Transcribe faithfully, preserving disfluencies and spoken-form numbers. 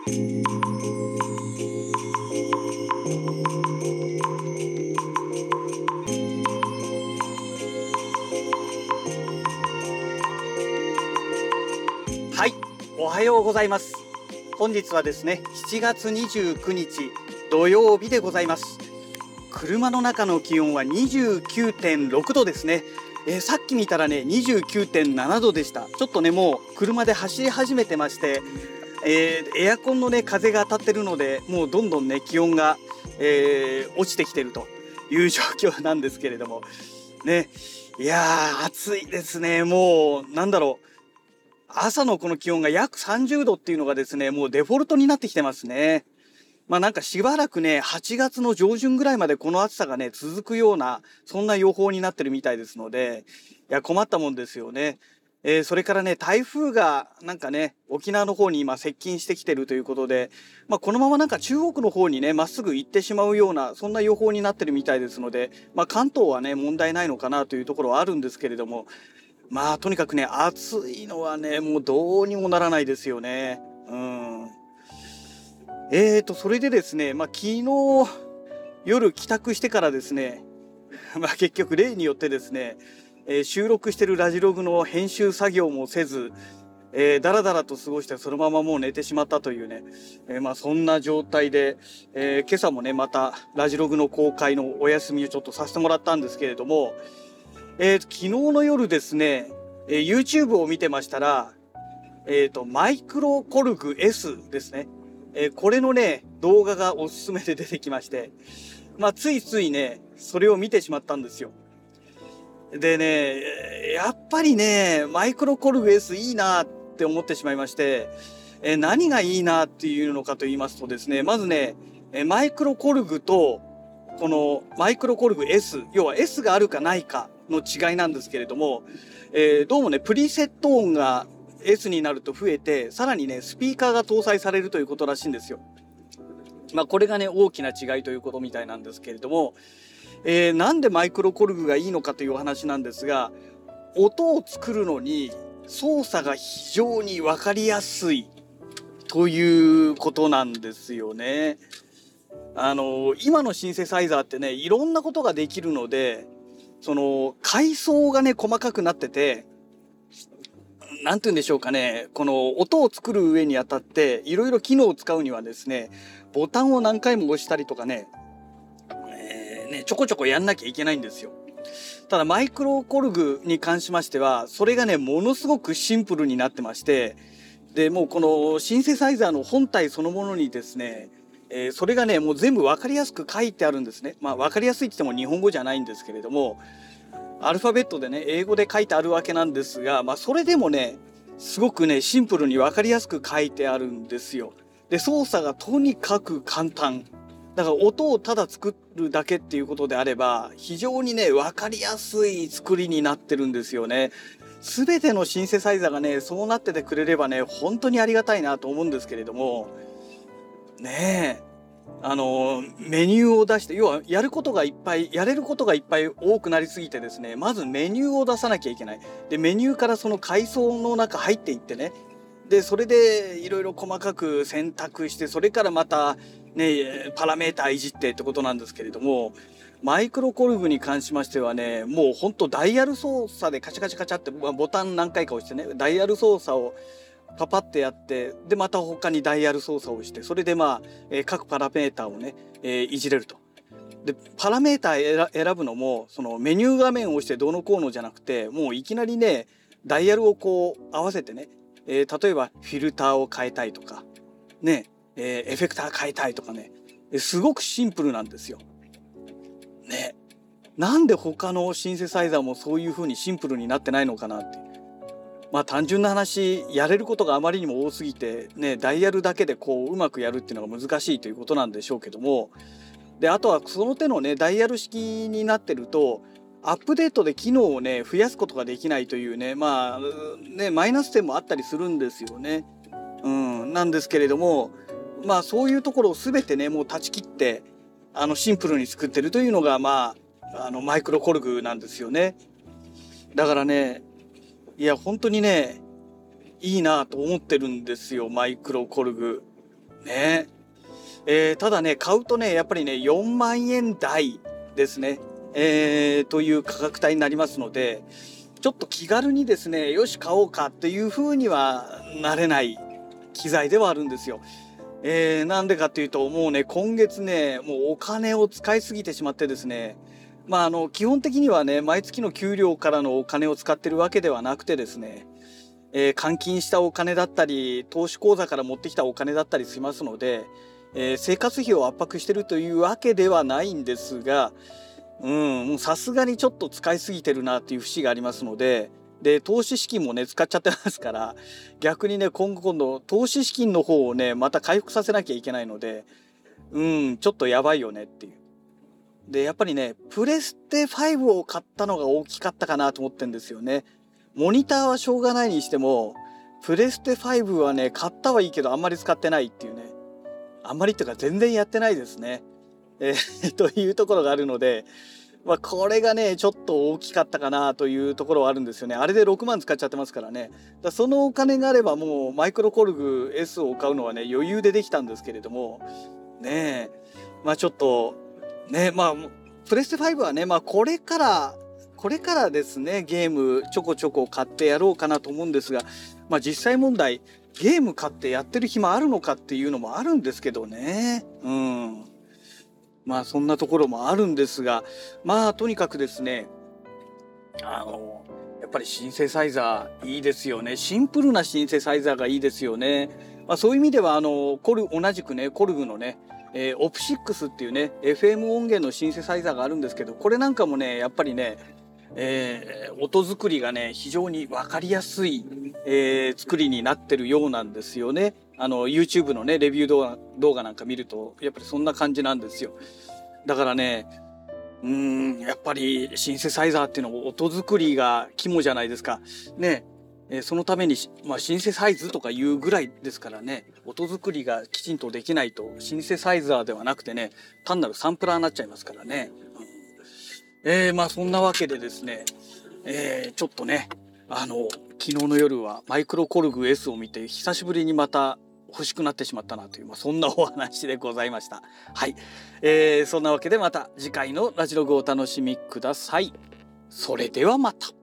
はい、おはようございます。本日はですね、しちがつにじゅうくにち土曜日でございます。車の中の気温は にじゅうきゅうてんろくどですね。えー、さっき見たらね にじゅうきゅうてんななどでした。ちょっとねもう車で走り始めてまして、えー、エアコンのね風が当たってるので、もうどんどんね気温が、えー、落ちてきてるという状況なんですけれどもね。いやー暑いですね。もうなんだろう、朝のこの気温が約さんじゅうどっていうのがですね、もうデフォルトになってきてますね。まあなんかしばらくね、はちがつの上旬ぐらいまでこの暑さがね、続くような、そんな予報になってるみたいですので、いや困ったもんですよね。えー、それからね、台風がなんかね、沖縄の方に今接近してきてるということで、まあこのままなんか中国の方にね、まっすぐ行ってしまうような、そんな予報になってるみたいですので、まあ関東はね、問題ないのかなというところはあるんですけれども、まあとにかくね、暑いのはね、もうどうにもならないですよね。うん。えーと、それでですね、まあ昨日夜帰宅してからですね、まあ結局例によってですね、えー収録してるラジログの編集作業もせず、えー、だらだらと過ごしてそのままもう寝てしまったというね、えーまあそんな状態で、えー今朝もね、またラジログの公開のお休みをちょっとさせてもらったんですけれども、えー昨日の夜ですね、えー YouTube を見てましたら、えーと、マイクロコルグ S ですね。えーこれのね、動画がおすすめで出てきまして、まあ、ついついね、それを見てしまったんですよ。でね、やっぱりね、マイクロコルグ S いいなって思ってしまいまして、えー何がいいなっていうのかと言いますとですね、まずね、えーマイクロコルグと、このマイクロコルグ S、要は S があるかないかの違いなんですけれども、えーどうもね、プリセット音が S になると増えて、さらにね、スピーカーが搭載されるということらしいんですよ。まあ、これがね、大きな違いということみたいなんですけれども、えーなんでマイクロコルグがいいのかというお話なんですが、音を作るのに操作が非常にわかりやすいということなんですよね。あの、今のシンセサイザーってね、いろんなことができるので、その、階層がね、細かくなってて、なんて言うんでしょうかね、この音を作る上にあたって、いろいろ機能を使うにはですね、ボタンを何回も押したりとかね、えーね、ちょこちょこやんなきゃいけないんですよ。ただマイクロコルグに関しましては、それがね、ものすごくシンプルになってまして、で、もうこのシンセサイザーの本体そのものにですね、えーそれがね、もう全部わかりやすく書いてあるんですね。まあわかりやすいって言っても日本語じゃないんですけれども、アルファベットでね、英語で書いてあるわけなんですが、まあそれでもね、すごくね、シンプルにわかりやすく書いてあるんですよ。で、操作がとにかく簡単。だから音をただ作るだけっていうことであれば、非常にね、わかりやすい作りになってるんですよね。すべてのシンセサイザーがね、そうなっててくれればね、本当にありがたいなと思うんですけれども、ねえ、あの、メニューを出して、要はやることがいっぱい、やれることがいっぱい多くなりすぎてですね、まずメニューを出さなきゃいけない。で、メニューからその階層の中入っていってね、で、それでいろいろ細かく選択して、それからまたね、パラメータいじってってことなんですけれども、マイクロコルグに関しましてはね、もうほんとダイヤル操作でカチャカチャカチャって、まあボタン何回か押してね、ダイヤル操作をパパってやって、で、また他にダイヤル操作をして、それでまあ、えー各パラメータをね、えーいじれると。で、パラメータ選選ぶのも、そのメニュー画面を押してどうのこうのじゃなくて、もういきなりね、ダイヤルをこう合わせてね、えー例えばフィルターを変えたいとか、ね、えーエフェクター変えたいとかね、えーすごくシンプルなんですよ。ね。なんで他のシンセサイザーもそういう風にシンプルになってないのかなって。まあ単純な話、やれることがあまりにも多すぎて、ね、ダイヤルだけでこううまくやるっていうのが難しいということなんでしょうけども、で、あとはその手のね、ダイヤル式になってると、アップデートで機能をね、増やすことができないというね、まあ、ね、マイナス点もあったりするんですよね。うん、なんですけれども、まあそういうところを全てね、もう断ち切って、あの、シンプルに作ってるというのが、まあ、あの、マイクロコルグなんですよね。だからね、いや、本当にね、いいなと思ってるんですよ、マイクロコルグ。 ねえー、ただね買うとねやっぱりねよんまんえん台ですね、えー、という価格帯になりますので、ちょっと気軽にですねよし買おうかっていう風にはなれない機材ではあるんですよ。えー、なんでかっていうともうね今月ねもうお金を使いすぎてしまってですね、まああの基本的にはね毎月の給料からのお金を使ってるわけではなくてですね、えー、換金したお金だったり投資口座から持ってきたお金だったりしますので、えー、生活費を圧迫してるというわけではないんですが、うん、もうさすがにちょっと使いすぎてるなっていう節がありますので、で投資資金もね使っちゃってますから、逆にね今後今度投資資金の方をねまた回復させなきゃいけないので、うんちょっとやばいよねっていう。でやっぱりねプレステファイブを買ったのが大きかったかなと思ってんですよね。モニターはしょうがないにしてもプレステファイブはね買ったはいいけどあんまり使ってないっていうね、あんまりっていうか全然やってないですね、えーというところがあるので、まあ、これがねちょっと大きかったかなというところはあるんですよね。あれでろくまん使っちゃってますからね。だそのお金があればもうマイクロコルグ エス を買うのはね余裕でできたんですけれどもね、えまあちょっとねまあプレステファイブはねまあこれからこれからですねゲームちょこちょこ買ってやろうかなと思うんですが、まあ実際問題ゲーム買ってやってる暇あるのかっていうのもあるんですけどね。うんまあそんなところもあるんですが、まあとにかくですねあのやっぱりシンセサイザーいいですよね。シンプルなシンセサイザーがいいですよね。まあ、そういう意味ではあのコル同じくねコルグのね、えー、オプシックスっていうね エフエム 音源のシンセサイザーがあるんですけど、これなんかもねやっぱりね、えー、音作りがね非常に分かりやすい、えー、作りになってるようなんですよね。あの YouTube のねレビュー動画、動画なんか見るとやっぱりそんな感じなんですよ。だからねうーんやっぱりシンセサイザーっていうのは音作りが肝じゃないですかね。えーそのために、まあ、シンセサイズとかいうぐらいですからね、音作りがきちんとできないとシンセサイザーではなくてね単なるサンプラーになっちゃいますからね。うん、えー、まあそんなわけでですね、えー、ちょっとねあの昨日の夜はマイクロコルグ エス を見て久しぶりにまた欲しくなってしまったなという、まあ、そんなお話でございました。はい、えー、そんなわけでまた次回のラジログをお楽しみください。それではまた。